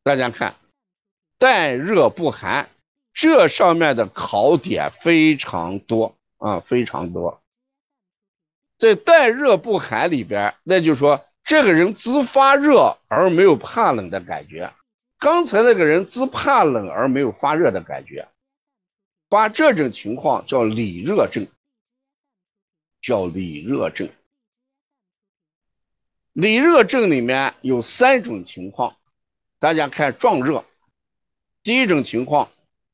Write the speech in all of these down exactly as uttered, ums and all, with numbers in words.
大家看，带热不寒，这上面的考点非常多啊，非常多。在带热不寒里边，那就是说这个人自发热而没有怕冷的感觉，刚才那个人自怕冷而没有发热的感觉，把这种情况叫里热症，叫里热症。里热症里面有三种情况，大家看壮热。第一种情况，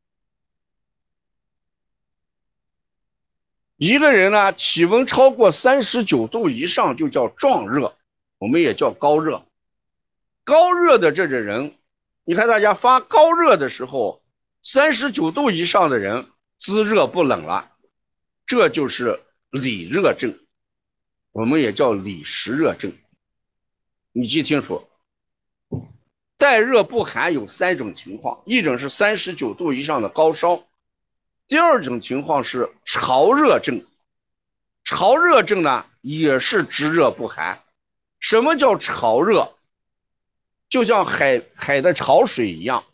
一个人呢体温超过三十九度以上就叫壮热，我们也叫高热。高热的这种人，你看大家发高热的时候，三十九度以上的人自热不冷了，这就是里热症，我们也叫里实热症。你记清楚，带热不寒有三种情况，一种是三十九度以上的高烧，第二种情况是潮热症。潮热症呢也是直热不寒。什么叫潮热？就像海海的潮水一样，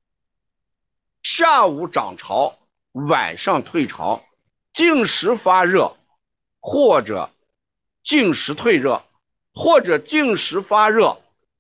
下午涨潮，晚上退潮，定时发热，或者定时退热，或者定时发热，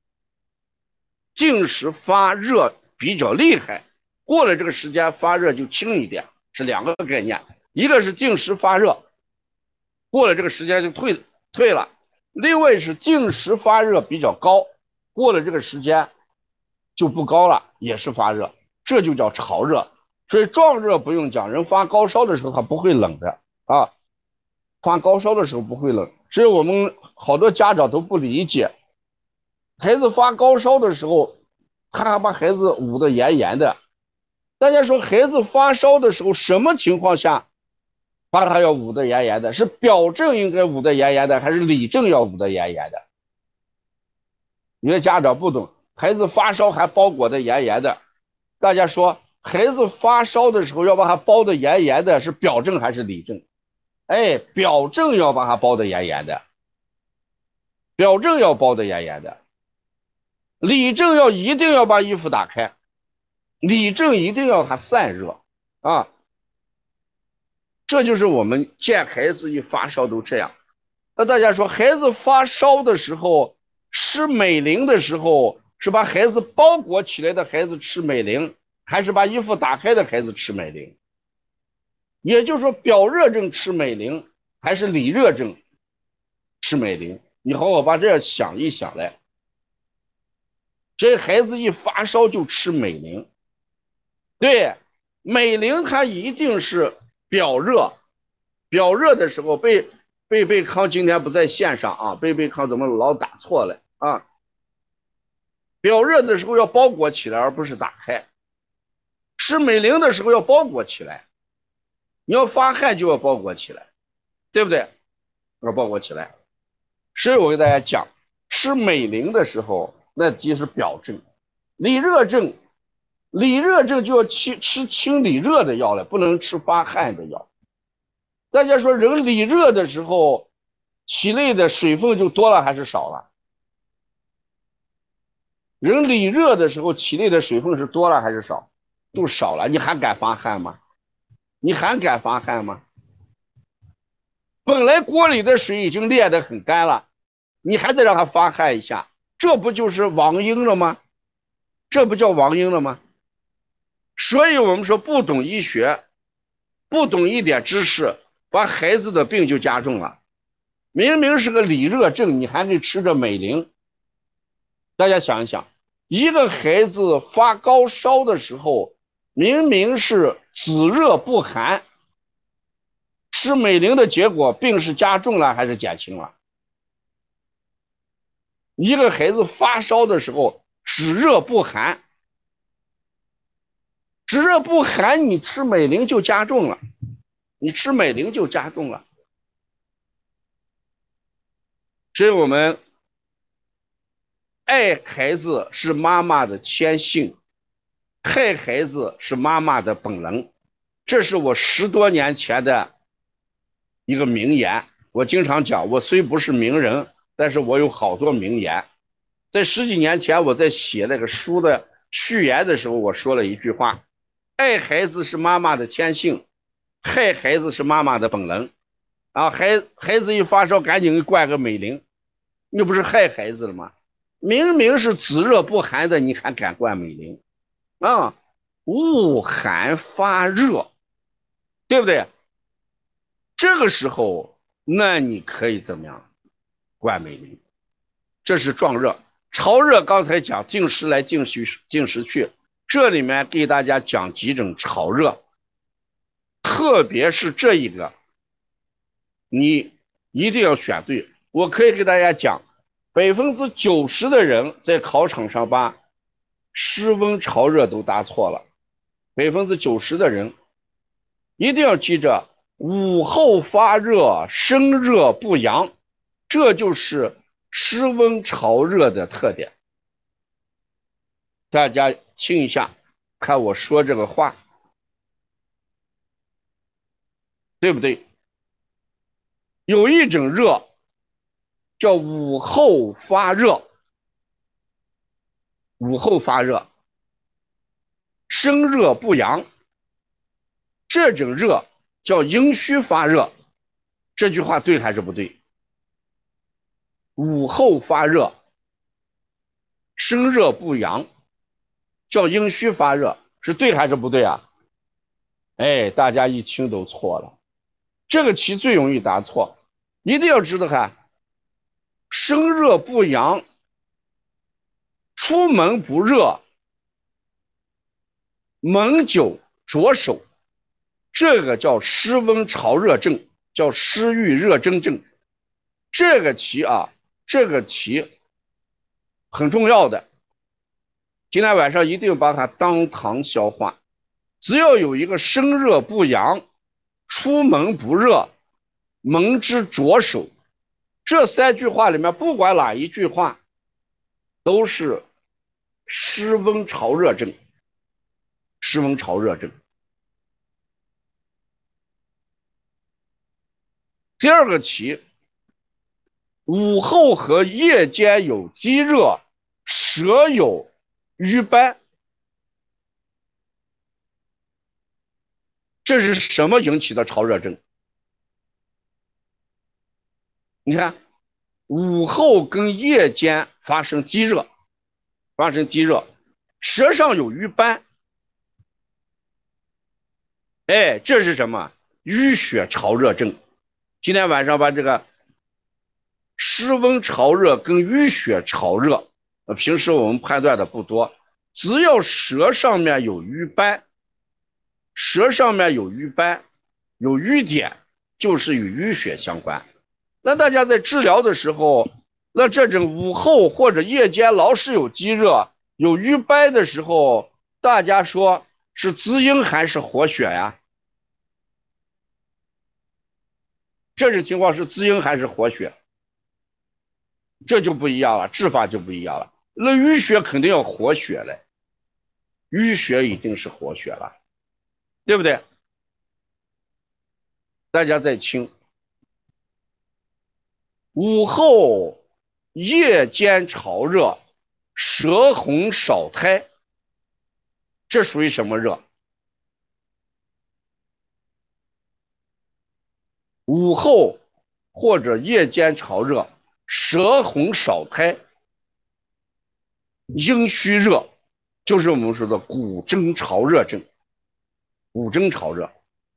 定时发热比较厉害，过了这个时间发热就轻一点，是两个概念。一个是定时发热，过了这个时间就退退了；另外是定时发热比较高，过了这个时间就不高了，也是发热，这就叫潮热。所以壮热不用讲，人发高烧的时候他不会冷的啊，发高烧的时候不会冷。所以我们好多家长都不理解，孩子发高烧的时候，他还把孩子捂得严严的。大家说孩子发烧的时候，什么情况下把他要捂得严严的？是表症应该捂得严严的，还是里症要捂得严严的？有些家长不懂，孩子发烧还包裹得严严的。大家说孩子发烧的时候要把他包得严严的，是表症还是里症？哎，表症要把它包得严严的，表症要包得严严的。里症要一定要把衣服打开，里症一定要它散热啊。这就是我们见孩子一发烧都这样。那大家说孩子发烧的时候吃美林的时候，是把孩子包裹起来的孩子吃美林，还是把衣服打开的孩子吃美林？也就是说表热症吃美林还是里热症吃美林？你好好把这想一想来。这孩子一发烧就吃美林，对，美林它一定是表热，表热的时候贝贝贝康今天不在线上啊，贝贝康怎么老打错了啊？表热的时候要包裹起来，而不是打开。吃美林的时候要包裹起来，你要发汗就要包裹起来，对不对？要包裹起来。所以我给大家讲，吃美林的时候，那即是表症。里热症，里热症就要吃吃清理热的药了，不能吃发汗的药。大家说人里热的时候，体内的水分就多了还是少了？人里热的时候，体内的水分是多了还是少？就少了。你还敢发汗吗？你还敢发汗吗？本来锅里的水已经炼得很干了，你还得让它发汗一下，这不就是亡阴了吗？这不叫亡阴了吗？所以我们说不懂医学，不懂一点知识，把孩子的病就加重了。明明是个里热症，你还得吃着美林。大家想一想，一个孩子发高烧的时候，明明是子热不寒，吃美林的结果，病是加重了还是减轻了？一个孩子发烧的时候，只热不寒，只热不寒，你吃美林就加重了，你吃美林就加重了。所以我们爱孩子是妈妈的天性，害孩子是妈妈的本能。这是我十多年前的一个名言。我经常讲，我虽不是名人，但是我有好多名言。在十几年前，我在写那个书的序言的时候我说了一句话：爱孩子是妈妈的天性，害孩子是妈妈的本能。啊，孩孩子一发烧，赶紧给灌个美林，你不是害孩子了吗？明明是子热不寒的，你还敢灌美林啊？恶寒发热，对不对？这个时候，那你可以怎么样？灌美林，这是壮热。潮热刚才讲进食来进食进食去，这里面给大家讲几种潮热，特别是这一个，你一定要选对。我可以给大家讲，百分之九十的人在考场上把湿温潮热都答错了，百分之九十的人一定要记着，午后发热，生热不阳，这就是湿温潮热的特点。大家听一下，看我说这个话对不对？有一种热叫午后发热，午后发热，生热不阳，这种热叫阴虚发热。这句话对还是不对？午后发热，生热不阳，叫阴虚发热，是对还是不对啊？哎，大家一听都错了。这个题最容易答错，一定要知道看，生热不阳，出门不热，蒙久着手，这个叫湿温潮热症，叫湿郁热蒸症。这个题啊，这个题很重要的，今天晚上一定把它当堂消化。只要有一个生热不阳，出门不热，蒙之着手，这三句话里面不管哪一句话都是湿温潮热症，湿温潮热症。第二个题，午后和夜间有积热，舌有瘀斑，这是什么引起的潮热症？你看，午后跟夜间发生积热，发生积热，舌上有瘀斑，哎，这是什么？淤血潮热症。今天晚上把这个湿温潮热跟淤血潮热，呃，平时我们判断的不多，只要舌上面有瘀斑，舌上面有瘀斑，有瘀点，就是与淤血相关。那大家在治疗的时候，那这种午后或者夜间老是有积热、有瘀斑的时候，大家说是滋阴还是活血呀？这种情况是滋阴还是活血？这就不一样了，治法就不一样了。那淤血肯定要活血嘞，淤血已经是活血了，对不对？大家再听，午后夜间潮热，舌红少苔，这属于什么热？午后或者夜间潮热，舌红少苔，阴虚热，就是我们说的骨蒸潮热症。骨蒸潮热，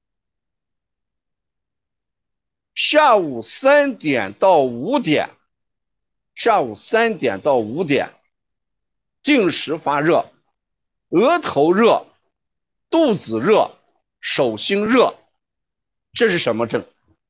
下午三点到五点，下午三点到五点，定时发热，额头热，肚子热，手心热，这是什么症？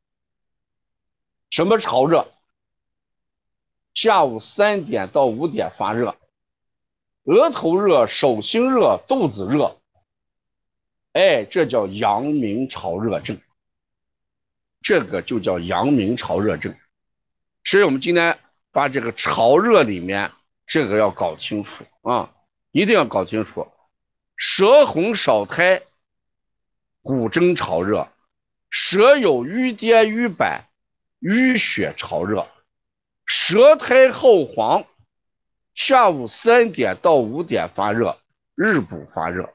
什么潮热？下午三点到五点发热，额头热，手心热，肚子热，哎，这叫阳明潮热症，这个就叫阳明潮热症。所以我们今天把这个潮热里面这个要搞清楚啊，一定要搞清楚。舌红少苔，骨蒸潮热；舌有瘀结瘀斑，淤血潮热；舌苔厚黄，下午三点到五点发热， 日补发热。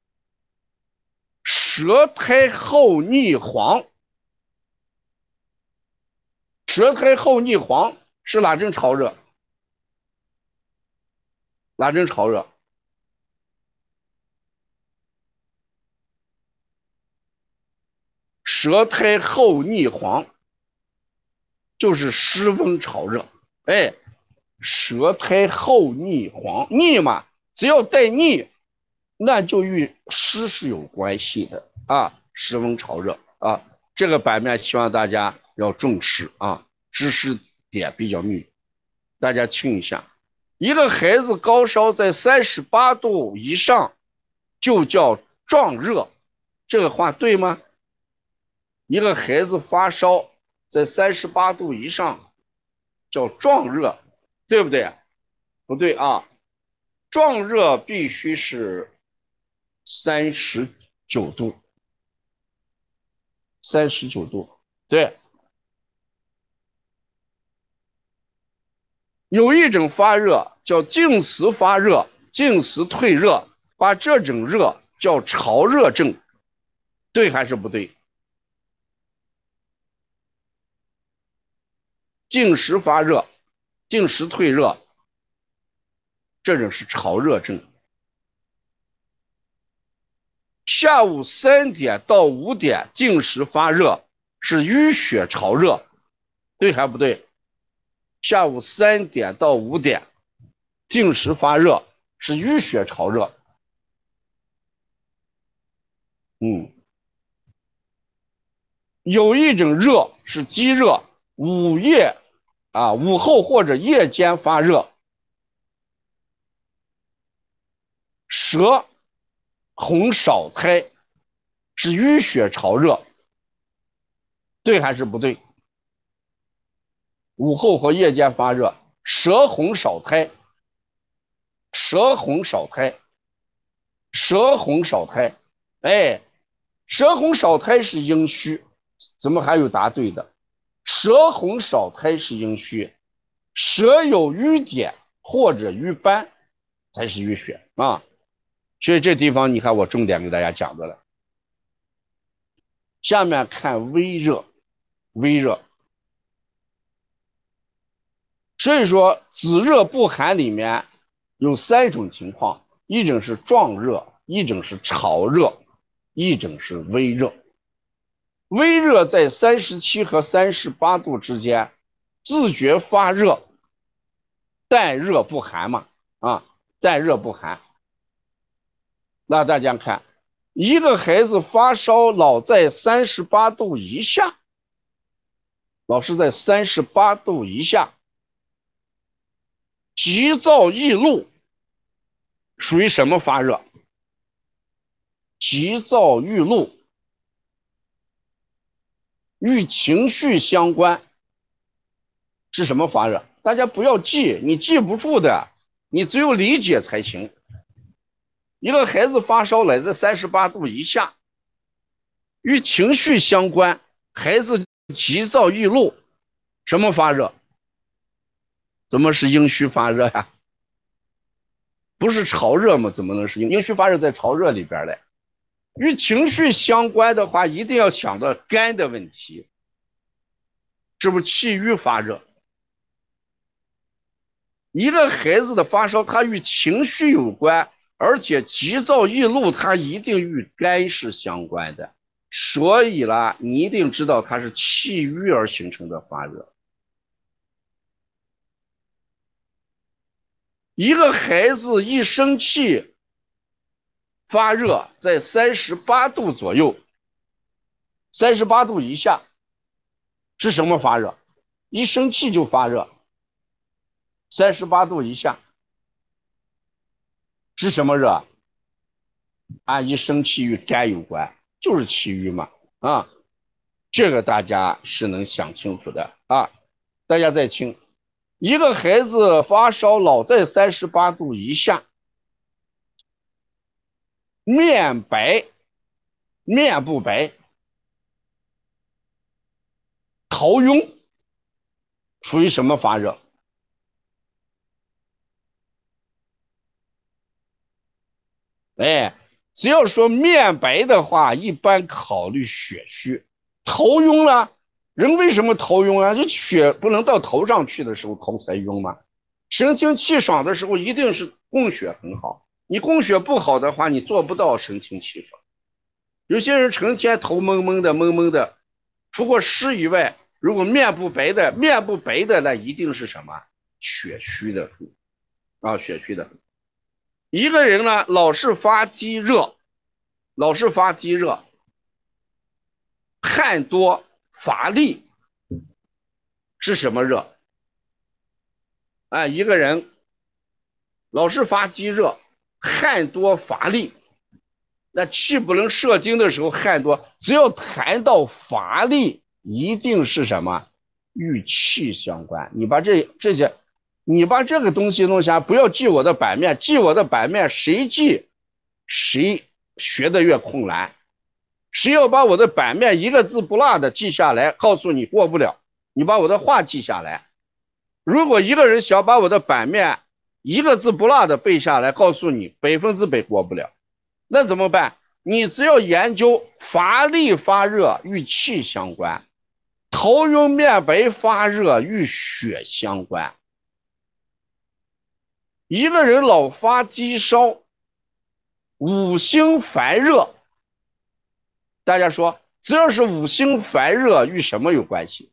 舌苔厚腻黄，舌苔厚腻黄是哪阵潮热？哪阵潮热？舌苔厚腻黄就是湿温潮热。哎，舌苔厚腻黄，腻嘛，只要带腻，那就与湿是有关系的啊，湿温潮热啊。这个版面希望大家要重视啊，知识点比较密，大家听一下。一个孩子高烧在三十八度以上就叫壮热，这个话对吗？一个孩子发烧在三十八度以上叫壮热，对不对？不对啊，壮热必须是三十九度，三十九度，对。有一种发热叫静时发热，静时退热，把这种热叫潮热症，对还是不对？静时发热，静时退热，这种是潮热症。下午三点到五点静时发热是淤血潮热，对还不对？下午三点到五点静时发热是淤血潮热。嗯，有一种热是积热，午夜啊午后或者夜间发热，舌红少苔是淤血潮热，对还是不对？午后和夜间发热，舌红少苔，舌红少苔，舌红少苔，哎，舌红少苔是阴虚，怎么还有答对的？舌红少苔是阴虚，舌有瘀点或者瘀斑才是淤血啊。所以这地方你看我重点给大家讲的了。下面看微热，微热。所以说子热不寒里面有三种情况，一种是壮热，一种是潮热，一种是微热。微热在三十七和三十八度之间，自觉发热，但热不寒嘛，啊，但热不寒。那大家看，一个孩子发烧老在三十八度以下，老是在三十八度以下，急躁易怒，属于什么发热？急躁易怒，与情绪相关，是什么发热？大家不要记，你记不住的，你只有理解才行。一个孩子发烧来自三十八度以下，与情绪相关，孩子急躁易怒，什么发热？怎么是阴虚发热呀？不是潮热吗？怎么能是阴阴虚发热在潮热里边嘞？与情绪相关的话，一定要想到肝的问题，是不是气郁发热？一个孩子的发烧，他与情绪有关，而且急躁易怒，它一定与肝是相关的。所以啦，你一定知道它是气郁而形成的发热。一个孩子一生气发热在三十八度左右，三十八度以下是什么发热？一生气就发热，三十八度以下是什么热？啊，一生气与肝有关，就是气郁嘛。啊，这个大家是能想清楚的啊。大家再听，一个孩子发烧老在三十八度以下，面白，面不白，头晕，属于什么发热？ 哎，只要说面白的话，一般考虑血虚。头晕了，人为什么头晕啊？就血不能到头上去的时候，头才晕嘛。神清气爽的时候，一定是供血很好。你供血不好的话，你做不到神清气爽。有些人成天头蒙蒙的、蒙蒙的，除过湿以外，如果面部白的、面部白的，那一定是什么？血虚的很啊，血虚的很。一个人呢，老是发低热，老是发低热，汗多乏力，是什么热？哎，一个人老是发低热，汗多乏力，那气不能摄精的时候汗多，只要谈到乏力，一定是什么？与气相关。你把这这些，你把这个东西弄下，不要记我的版面，记我的版面，谁记谁学的越困难。谁要把我的版面一个字不落的记下来，告诉你过不了。你把我的话记下来。如果一个人想把我的版面一个字不落的背下来，告诉你百分之百过不了。那怎么办？你只要研究乏力发热与气相关，头晕面白发热与血相关。一个人老发低烧，五心烦热，大家说，只要是五心烦热，与什么有关系？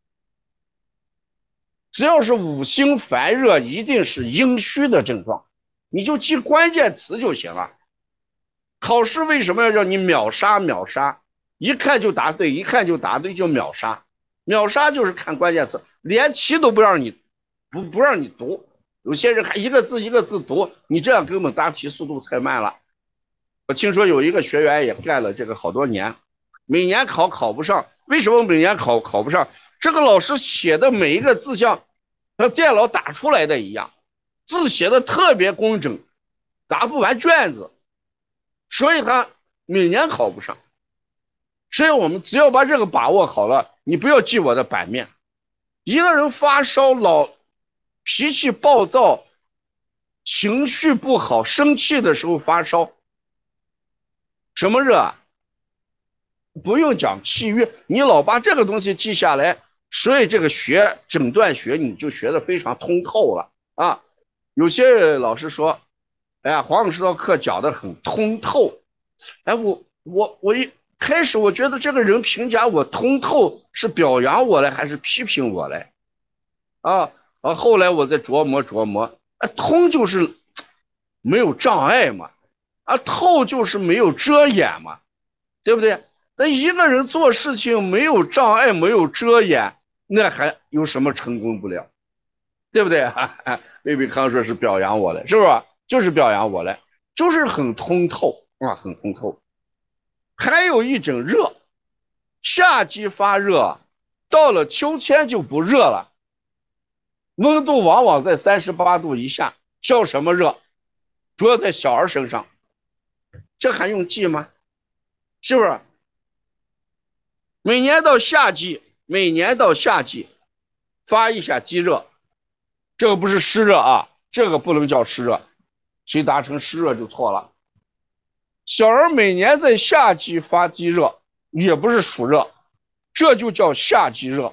只要是五心烦热，一定是阴虚的症状，你就记关键词就行了。考试为什么要叫你秒杀？秒杀，一看就答对，一看就答对，就秒杀。秒杀就是看关键词，连题都不让你不不让你读。有些人还一个字一个字读，你这样根本答题速度太慢了。我听说有一个学员也干了这个好多年，每年考考不上。为什么每年考考不上？这个老师写的每一个字像和电脑打出来的一样，字写的特别工整，答不完卷子，所以他每年考不上。所以我们只要把这个把握好了，你不要记我的版面。一个人发烧，老脾气暴躁，情绪不好，生气的时候发烧，什么热啊？不用讲气郁，你老把这个东西记下来，所以这个学诊断学你就学的非常通透了啊。有些老师说，哎呀，黄老师的课讲的很通透，哎，我我我一开始我觉得这个人评价我通透是表扬我嘞，还是批评我嘞？啊啊！后来我再琢磨琢磨，啊，通就是没有障碍嘛，啊，透就是没有遮掩嘛，对不对？那一个人做事情没有障碍，没有遮掩，那还有什么成功不了？对不对？魏炳康说是表扬我嘞，是不是？就是表扬我嘞，就是很通透啊，很通透。还有一种热，夏季发热，到了秋天就不热了，温度往往在三十八度以下，叫什么热？主要在小儿身上，这还用记吗？是不是？每年到夏季，每年到夏季发一下积热，这个不是湿热啊，这个不能叫湿热，谁达成湿热就错了。小儿每年在夏季发积热，也不是暑热，这就叫夏季热。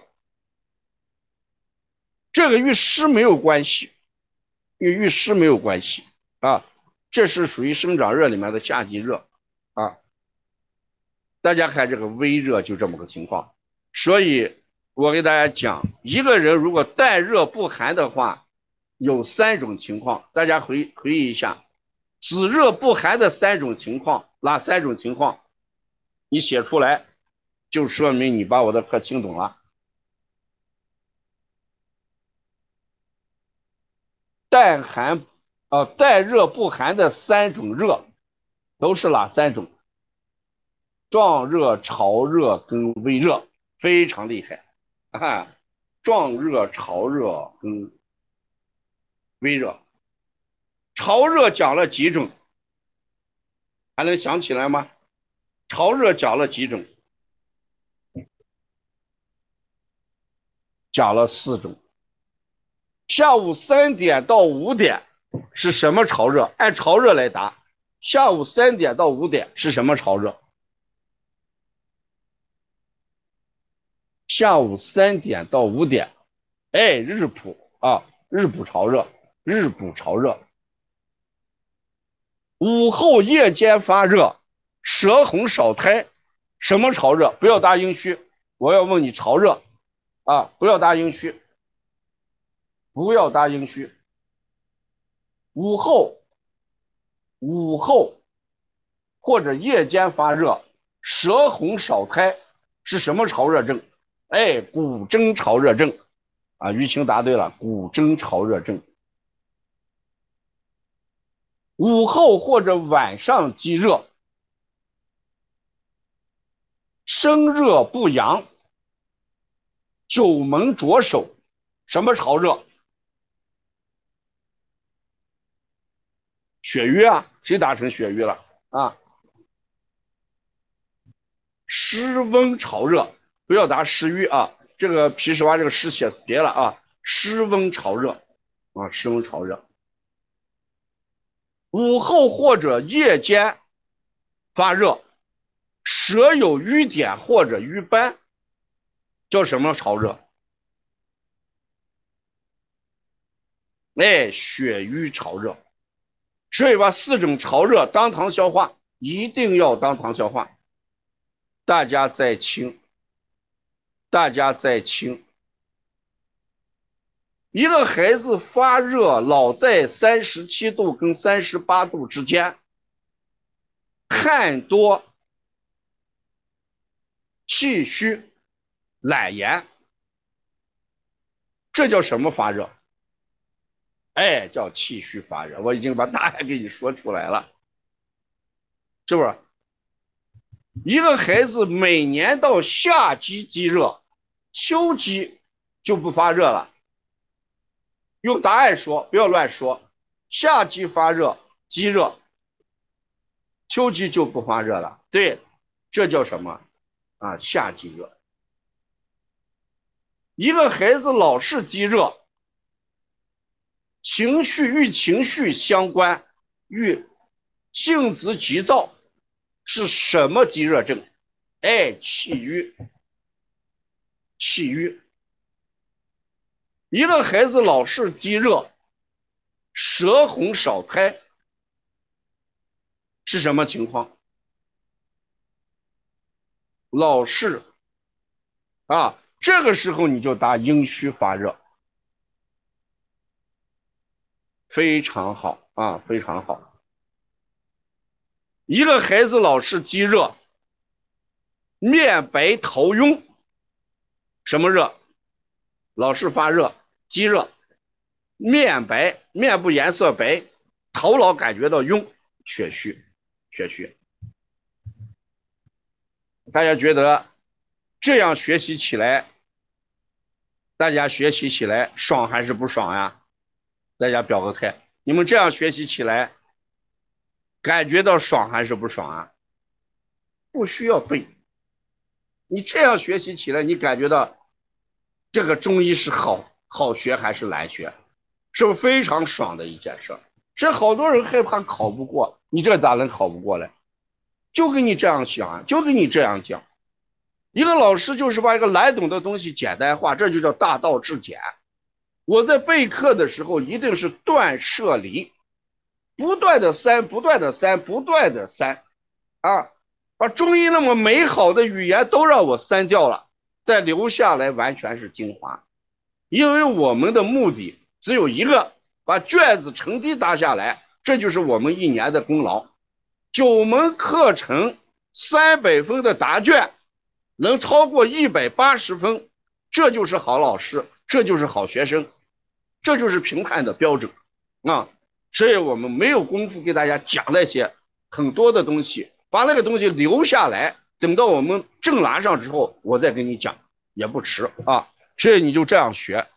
这个与湿没有关系，与与湿没有关系啊，这是属于生长热里面的夏季热啊。大家看这个微热就这么个情况，所以我给大家讲，一个人如果淡热不寒的话，有三种情况，大家回回忆一下，子热不寒的三种情况，哪三种情况？你写出来，就说明你把我的课听懂了。淡寒啊，淡热不寒的三种热都是哪三种？壮热、潮热跟微热，非常厉害啊！壮热、潮热跟微热。潮热讲了几种？还能想起来吗？潮热讲了几种？讲了四种。下午三点到五点是什么潮热？按潮热来答。 下午三点到五点是什么潮热？下午三点到五点，哎，日晡啊，日晡潮热，日晡潮热。午后夜间发热，舌红少苔，什么潮热？不要答阴虚，我要问你潮热啊，不要答阴虚，不要答阴虚。午后，午后或者夜间发热，舌红少苔是什么潮热症？哎，骨蒸潮热症啊，于晴答对了，骨蒸潮热症。午后或者晚上积热，生热不阳，九门着手，什么潮热？血瘀啊，谁答成血瘀了啊？湿温潮热，不要答湿瘀啊，这个皮实蛙这个湿写别了啊，湿温潮热啊，湿温潮热。午后或者夜间发热，舌有瘀点或者瘀斑，叫什么潮热？哎，血瘀潮热。所以把四种潮热当堂消化，一定要当堂消化。大家在清，大家在清。一个孩子发热老在三十七度跟三十八度之间，汗多、气虚、懒言，这叫什么发热？哎，叫气虚发热。我已经把答案给你说出来了，是不是？一个孩子每年到夏季积热，秋季就不发热了。用答案说，不要乱说。夏季发热积热，秋季就不发热了。对，这叫什么啊？夏季热。一个孩子老是积热，情绪与情绪相关，与性子急躁，是什么积热症？哎，气郁，气郁。一个孩子老是积热，舌红少苔，是什么情况？老是啊，这个时候你就答阴虚发热，非常好啊，非常好。一个孩子老是积热，面白头晕，什么热？老是发热，积热，面白，面部颜色白，头脑感觉到晕，血虚，血虚。大家觉得这样学习起来，大家学习起来爽还是不爽呀？大家表个态，你们这样学习起来，感觉到爽还是不爽啊？不需要背，你这样学习起来，你感觉到这个中医是好好学还是难学？是不是非常爽的一件事？这好多人害怕考不过，你这咋能考不过来？就跟你这样想，就跟你这样讲。一个老师就是把一个难懂的东西简单化，这就叫大道至简。我在备课的时候一定是断舍离，不断的删，不断的删，不断的删啊，把中医那么美好的语言都让我删掉了，但留下来完全是精华。因为我们的目的只有一个，把卷子成绩答下来，这就是我们一年的功劳。九门课程三百分的答卷能超过一百八十分，这就是好老师，这就是好学生，这就是评判的标准啊！所以我们没有功夫给大家讲那些很多的东西，把那个东西留下来，等到我们正拿上之后，我再跟你讲也不迟啊！所以你就这样学。